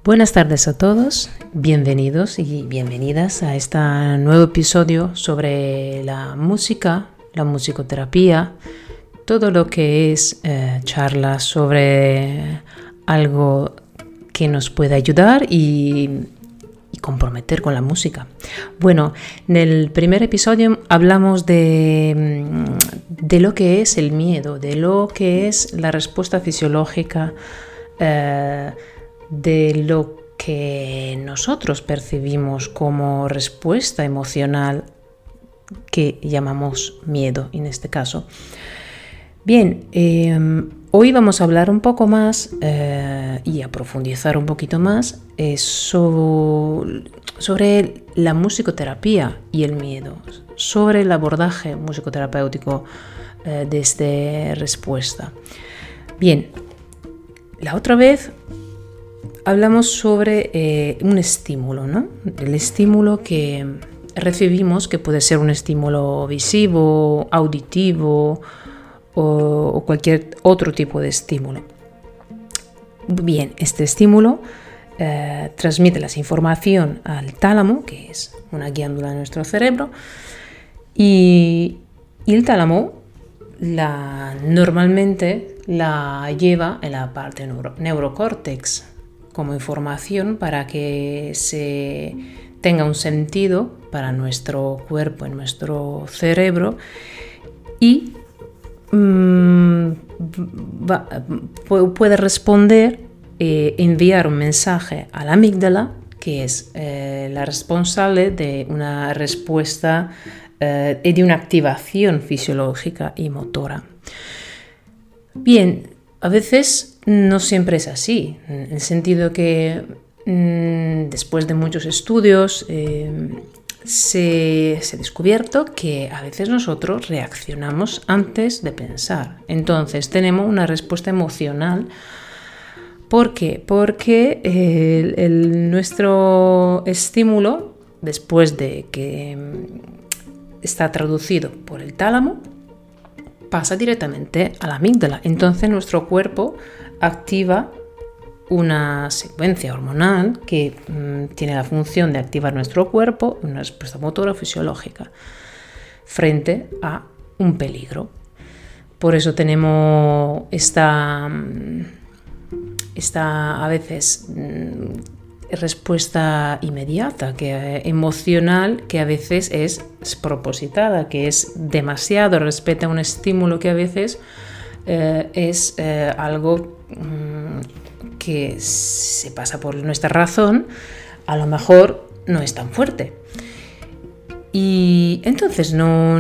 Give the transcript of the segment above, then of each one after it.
Buenas tardes a todos, bienvenidos y bienvenidas a este nuevo episodio sobre la música, la musicoterapia, todo lo que es charlas sobre algo que nos puede ayudar y comprometer con la música. Bueno, en el primer episodio hablamos de lo que es el miedo, de lo que es la respuesta fisiológica, de lo que nosotros percibimos como respuesta emocional que llamamos miedo en este caso. Bien, hoy vamos a hablar un poco más y a profundizar un poquito más sobre la musicoterapia y el miedo, sobre el abordaje musicoterapéutico de esta respuesta. Bien, la otra vez hablamos sobre un estímulo, ¿no? El estímulo que recibimos, que puede ser un estímulo visivo, auditivo o cualquier otro tipo de estímulo. Bien, este estímulo transmite la información al tálamo, que es una glándula de nuestro cerebro, y el tálamo normalmente la lleva en la parte neurocórtex como información para que se tenga un sentido para nuestro cuerpo, en nuestro cerebro, y puede responder, enviar un mensaje a la amígdala, que es la responsable de una respuesta y de una activación fisiológica y motora. Bien, a veces no siempre es así, en el sentido que después de muchos estudios se ha descubierto que a veces nosotros reaccionamos antes de pensar. Entonces tenemos una respuesta emocional. ¿Por qué? Porque nuestro estímulo, después de que está traducido por el tálamo, pasa directamente a la amígdala. Entonces nuestro cuerpo activa una secuencia hormonal que tiene la función de activar nuestro cuerpo, una respuesta motora fisiológica frente a un peligro. Por eso tenemos esta a veces respuesta inmediata, emocional, que a veces es despropositada, que es demasiado respecto a un estímulo que a veces es algo que se pasa por nuestra razón, a lo mejor no es tan fuerte. Y entonces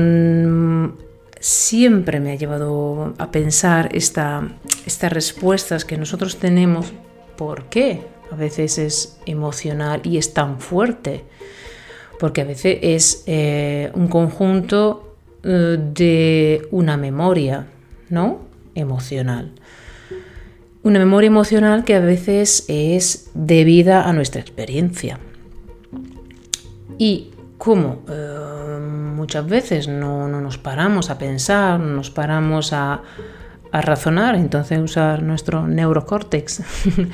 siempre me ha llevado a pensar estas respuestas que nosotros tenemos, ¿por qué a veces es emocional y es tan fuerte? Porque a veces es un conjunto de una memoria, ¿no? Emocional. Una memoria emocional que a veces es debida a nuestra experiencia. Y como muchas veces no nos paramos a pensar, no nos paramos a razonar, entonces usar nuestro neurocórtex,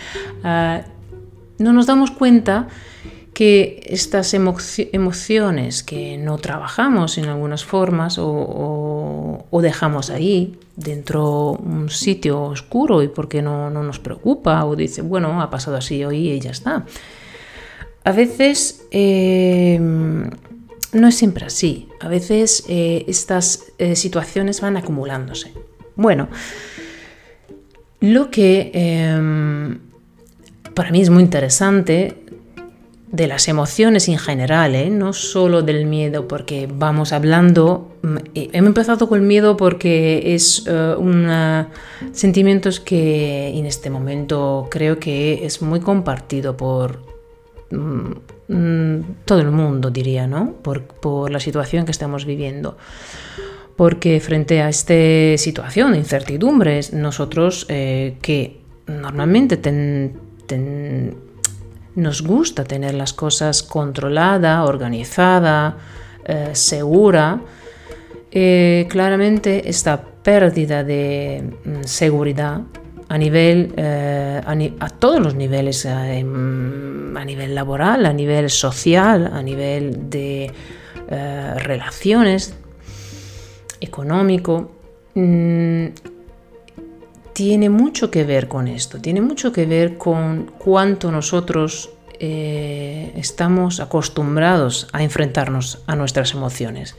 no nos damos cuenta que estas emociones que no trabajamos en algunas formas o dejamos ahí dentro un sitio oscuro y porque no nos preocupa, o dice, bueno, ha pasado así hoy y ya está. A veces no es siempre así. A veces estas situaciones van acumulándose. Bueno, lo que para mí es muy interesante de las emociones en general, no solo del miedo, porque vamos hablando, hemos empezado con el miedo porque es sentimientos que en este momento creo que es muy compartido por todo el mundo, diría, ¿no? Por la situación que estamos viviendo. Porque frente a esta situación de incertidumbres, nosotros que normalmente nos gusta tener las cosas controladas, organizadas, segura, claramente esta pérdida de seguridad a todos los niveles, a nivel laboral, a nivel social, a nivel de relaciones, económico. Tiene mucho que ver con esto, tiene mucho que ver con cuánto nosotros estamos acostumbrados a enfrentarnos a nuestras emociones.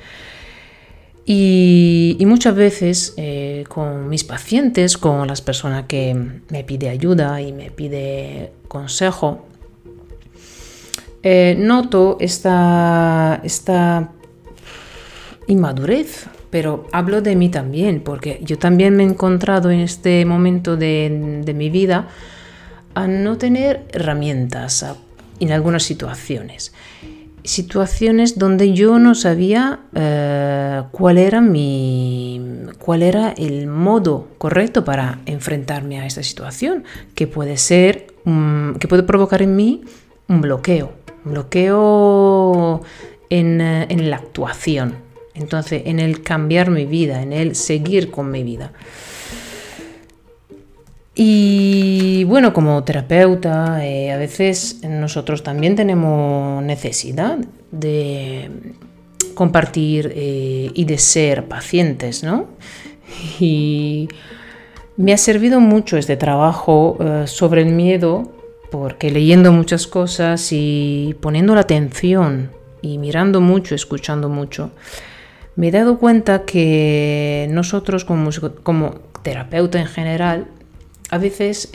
Y muchas veces con mis pacientes, con las personas que me piden ayuda y me piden consejo, noto esta inmadurez, pero hablo de mí también, porque yo también me he encontrado en este momento de mi vida a no tener herramientas en algunas situaciones donde yo no sabía cuál era el modo correcto para enfrentarme a esta situación, que puede provocar en mí un bloqueo en la actuación, entonces en el cambiar mi vida, en el seguir con mi vida. Y bueno, como terapeuta, a veces nosotros también tenemos necesidad de compartir y de ser pacientes, ¿no? Y me ha servido mucho este trabajo sobre el miedo, porque leyendo muchas cosas y poniendo la atención y mirando mucho, escuchando mucho, me he dado cuenta que nosotros como terapeuta en general, a veces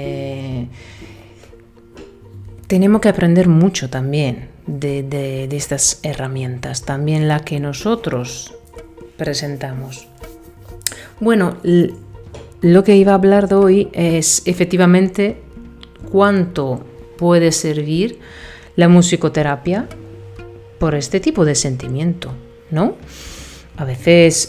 tenemos que aprender mucho también de estas herramientas, también la que nosotros presentamos. Bueno, lo que iba a hablar de hoy es efectivamente cuánto puede servir la musicoterapia por este tipo de sentimiento, ¿no? A veces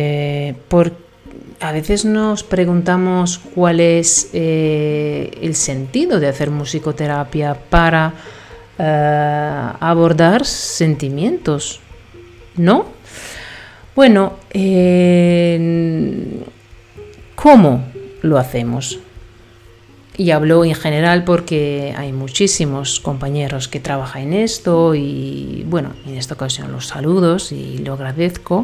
nos preguntamos cuál es el sentido de hacer musicoterapia para abordar sentimientos, ¿no? Bueno, ¿cómo lo hacemos? Y hablo en general porque hay muchísimos compañeros que trabajan en esto y bueno, en esta ocasión los saludos y lo agradezco.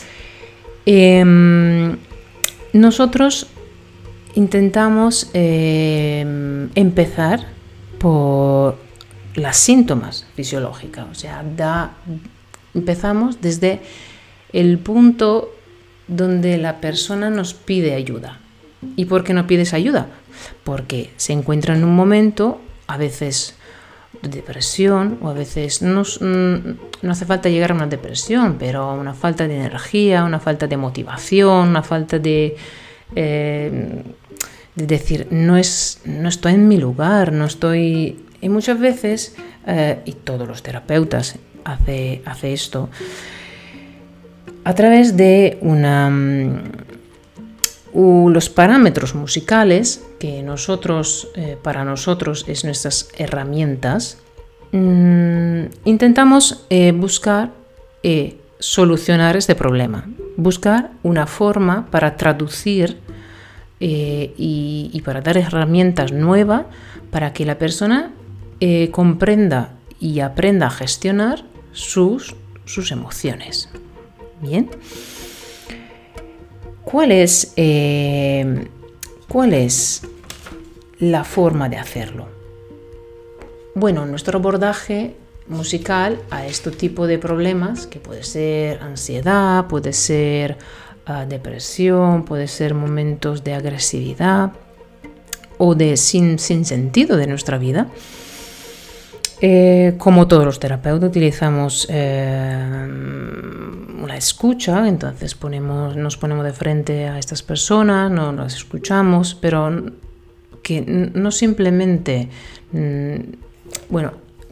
Nosotros intentamos empezar por las síntomas fisiológicas, o sea, empezamos desde el punto donde la persona nos pide ayuda. ¿Y por qué no pides ayuda? Porque se encuentra en un momento, a veces de depresión, o a veces no hace falta llegar a una depresión, pero una falta de energía, una falta de motivación, una falta de decir, no estoy en mi lugar, no estoy... Y muchas veces, y todos los terapeutas hacen esto, a través de los parámetros musicales que para nosotros es nuestras herramientas, intentamos buscar solucionar este problema, buscar una forma para traducir y para dar herramientas nuevas para que la persona comprenda y aprenda a gestionar sus emociones. Bien. ¿Cuál es la forma de hacerlo? Bueno, nuestro abordaje musical a este tipo de problemas, que puede ser ansiedad, puede ser depresión, puede ser momentos de agresividad o de sin sentido de nuestra vida, como todos los terapeutas utilizamos la escucha, entonces nos ponemos de frente a estas personas, no las escuchamos, pero que no simplemente no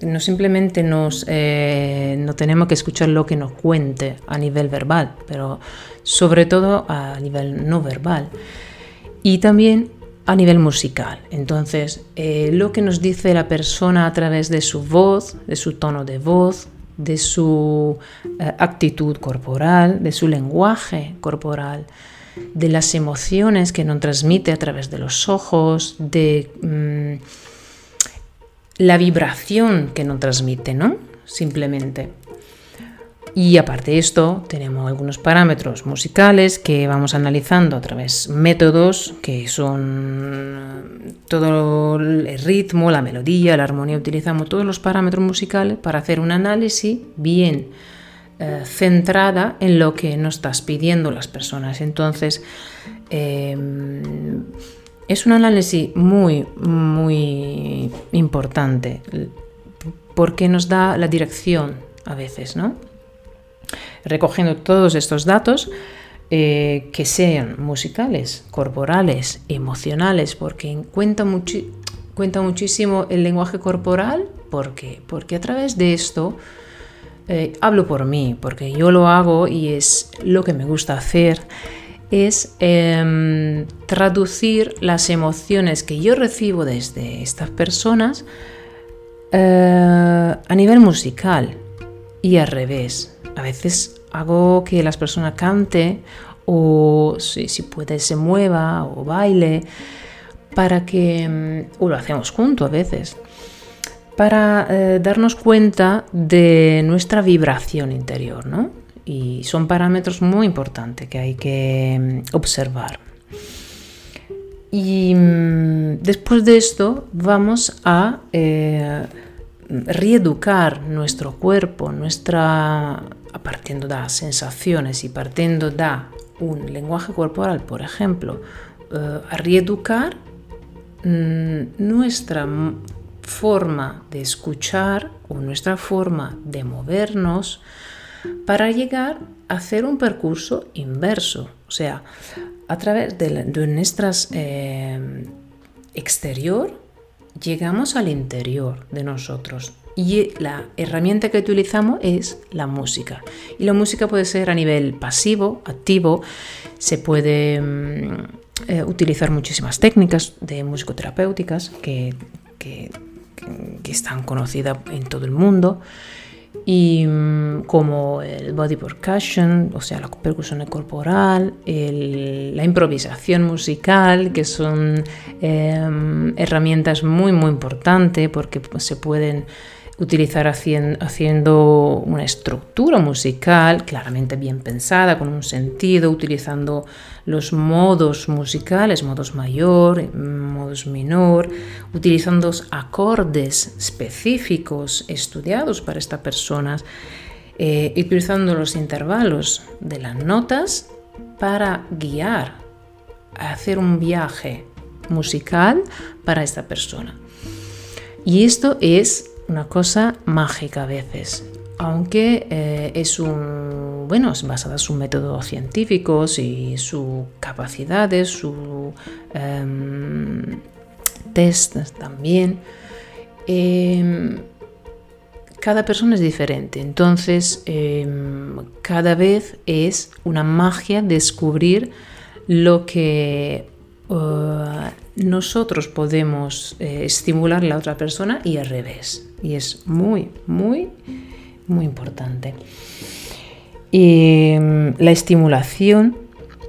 tenemos que escuchar lo que nos cuente a nivel verbal, pero sobre todo a nivel no verbal y también a nivel musical. Entonces, lo que nos dice la persona a través de su voz, de su tono de voz, de su actitud corporal, de su lenguaje corporal, de las emociones que nos transmite a través de los ojos, de la vibración que nos transmite, ¿no? Simplemente. Y aparte de esto, tenemos algunos parámetros musicales que vamos analizando a través de métodos que son todo el ritmo, la melodía, la armonía. Utilizamos todos los parámetros musicales para hacer un análisis bien centrada en lo que nos estás pidiendo las personas. Entonces, es un análisis muy, muy importante porque nos da la dirección a veces, ¿no? Recogiendo todos estos datos que sean musicales, corporales, emocionales, porque cuenta muchísimo el lenguaje corporal. ¿Por qué? Porque a través de esto hablo por mí, porque yo lo hago y es lo que me gusta hacer, es traducir las emociones que yo recibo desde estas personas a nivel musical y al revés. A veces hago que las personas cante o si puede se mueva o baile para que, o lo hacemos juntos a veces, para darnos cuenta de nuestra vibración interior, ¿no? Y son parámetros muy importantes que hay que observar. Y después de esto vamos a reeducar nuestro cuerpo, partiendo de las sensaciones y partiendo de un lenguaje corporal, por ejemplo, a reeducar nuestra forma de escuchar o nuestra forma de movernos para llegar a hacer un percurso inverso, o sea, a través de nuestras exterior llegamos al interior de nosotros y la herramienta que utilizamos es la música. Y la música puede ser a nivel pasivo, activo, se puede utilizar muchísimas técnicas de musicoterapéuticas que están conocidas en todo el mundo, y como el body percussion, o sea, la percusión corporal, la improvisación musical, que son herramientas muy muy importantes porque se pueden utilizar haciendo una estructura musical claramente bien pensada, con un sentido, utilizando los modos musicales, modos mayor, modos menor, utilizando acordes específicos estudiados para estas personas, utilizando los intervalos de las notas para guiar, hacer un viaje musical para esta persona. Y esto es una cosa mágica a veces, aunque es basada en sus métodos científicos y sus capacidades, sus tests también. Cada persona es diferente, entonces cada vez es una magia descubrir lo que nosotros podemos estimular a la otra persona y al revés. Y es muy, muy, muy importante. La estimulación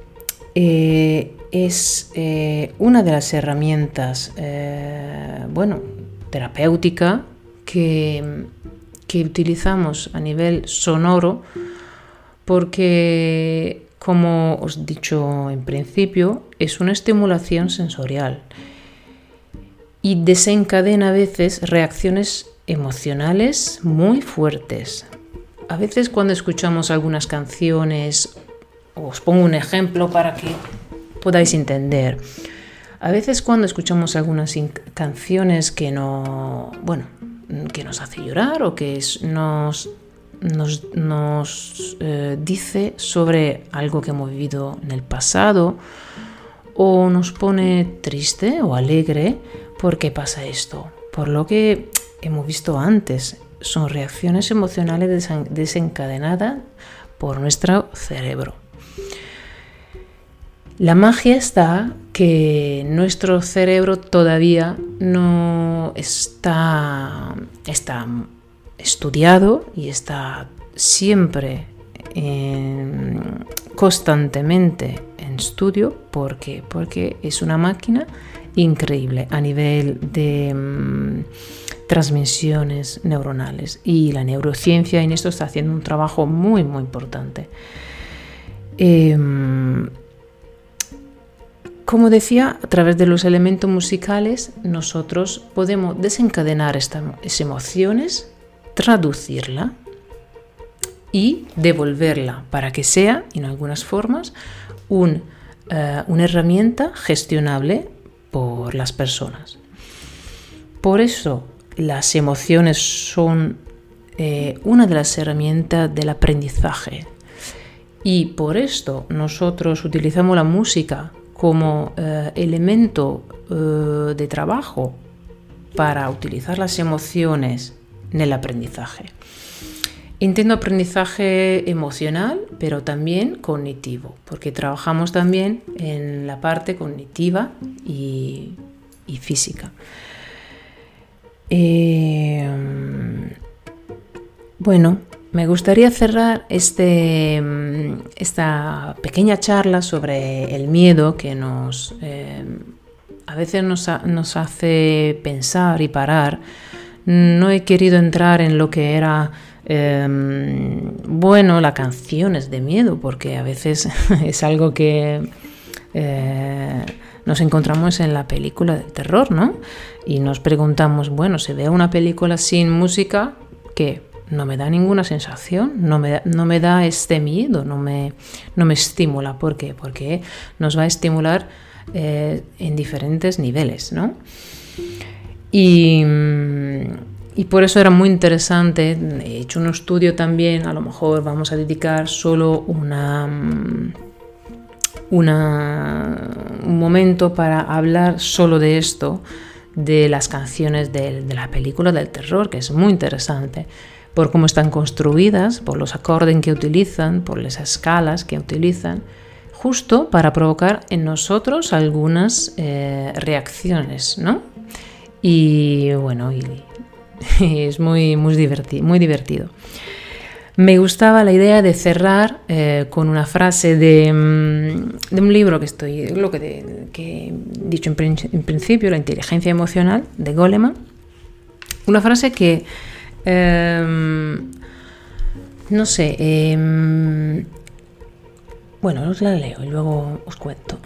es una de las herramientas terapéutica que utilizamos a nivel sonoro porque, como os he dicho en principio, es una estimulación sensorial y desencadena a veces reacciones emocionales muy fuertes. A veces cuando escuchamos algunas canciones, os pongo un ejemplo para que podáis entender. A veces cuando escuchamos algunas canciones que nos hace llorar o que nos dice sobre algo que hemos vivido en el pasado, o nos pone triste o alegre, ¿por qué pasa esto? Por lo que hemos visto antes, son reacciones emocionales desencadenadas por nuestro cerebro. La magia está que nuestro cerebro todavía no está estudiado y está siempre constantemente en estudio porque es una máquina increíble a nivel de transmisiones neuronales, y la neurociencia en esto está haciendo un trabajo muy muy importante. Como decía, a través de los elementos musicales nosotros podemos desencadenar estas emociones, traducirla y devolverla para que sea, en algunas formas, una herramienta gestionable por las personas. Por eso las emociones son una de las herramientas del aprendizaje, y por esto nosotros utilizamos la música como elemento de trabajo para utilizar las emociones en el aprendizaje. Entiendo aprendizaje emocional, pero también cognitivo, porque trabajamos también en la parte cognitiva y física. Bueno, me gustaría cerrar esta pequeña charla sobre el miedo que a veces nos hace pensar y parar. No he querido entrar en lo que era las canciones de miedo, porque a veces es algo que nos encontramos en la película de terror, ¿no? Y nos preguntamos, bueno, si veo una película sin música, ¿qué? No me da ninguna sensación, no me da este miedo, no me estimula. ¿Por qué? Porque nos va a estimular en diferentes niveles, ¿no? Y por eso era muy interesante. He hecho un estudio también, a lo mejor vamos a dedicar solo un momento para hablar solo de esto, de las canciones de la película del terror, que es muy interesante por cómo están construidas, por los acordes que utilizan, por las escalas que utilizan, justo para provocar en nosotros algunas reacciones, ¿no? Y bueno, es muy divertido. Me gustaba la idea de cerrar con una frase de un libro que he dicho en principio, La inteligencia emocional, de Goleman. Una frase que, os la leo y luego os cuento.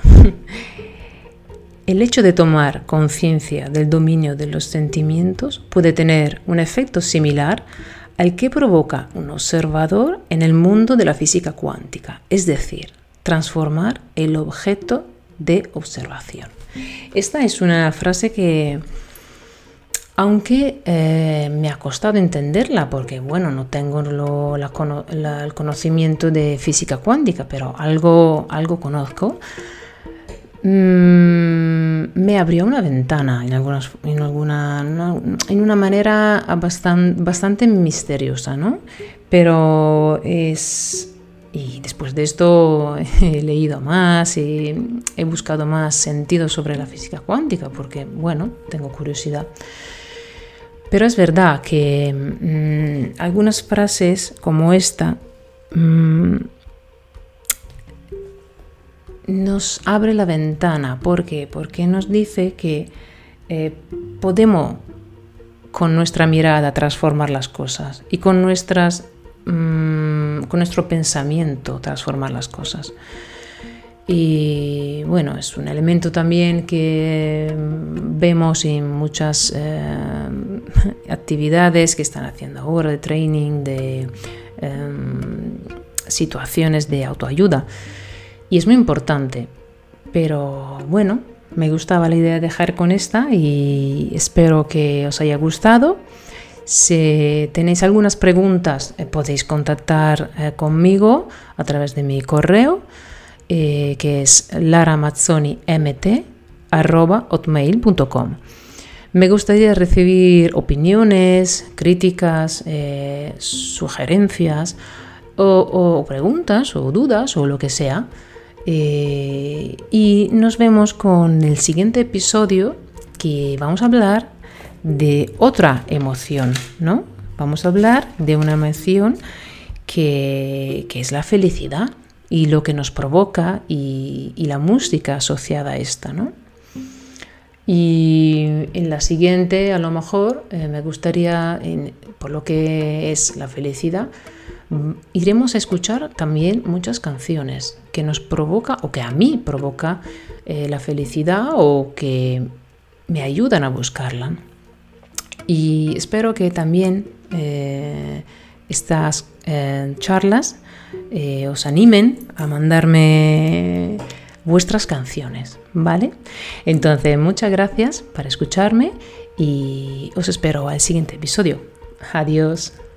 El hecho de tomar conciencia del dominio de los sentimientos puede tener un efecto similar al que provoca un observador en el mundo de la física cuántica, es decir, transformar el objeto de observación. Esta es una frase que, aunque me ha costado entenderla, porque no tengo el conocimiento de física cuántica, pero algo conozco, me abrió una ventana en una manera bastante misteriosa, ¿no? Pero y después de esto he leído más y he buscado más sentido sobre la física cuántica, porque tengo curiosidad. Pero es verdad que algunas frases como esta nos abre la ventana. ¿Por qué? Porque nos dice que podemos con nuestra mirada transformar las cosas y con nuestro pensamiento transformar las cosas. Y es un elemento también que vemos en muchas actividades que están haciendo ahora, de training, de situaciones de autoayuda. Y es muy importante, pero me gustaba la idea de dejar con esta y espero que os haya gustado. Si tenéis algunas preguntas, podéis contactar conmigo a través de mi correo, que es laramazzonimt@hotmail.com. Me gustaría recibir opiniones, críticas, sugerencias o preguntas o dudas o lo que sea. Y nos vemos con el siguiente episodio, que vamos a hablar de otra emoción, ¿no? Vamos a hablar de una emoción que es la felicidad. y lo que nos provoca y la música asociada a esta, ¿no? Y en la siguiente, a lo mejor, me gustaría, por lo que es la felicidad, iremos a escuchar también muchas canciones que nos provoca o que a mí provoca la felicidad o que me ayudan a buscarla. Y espero que también estas charlas os animen a mandarme vuestras canciones, ¿vale? Entonces, muchas gracias por escucharme y os espero al siguiente episodio. Adiós.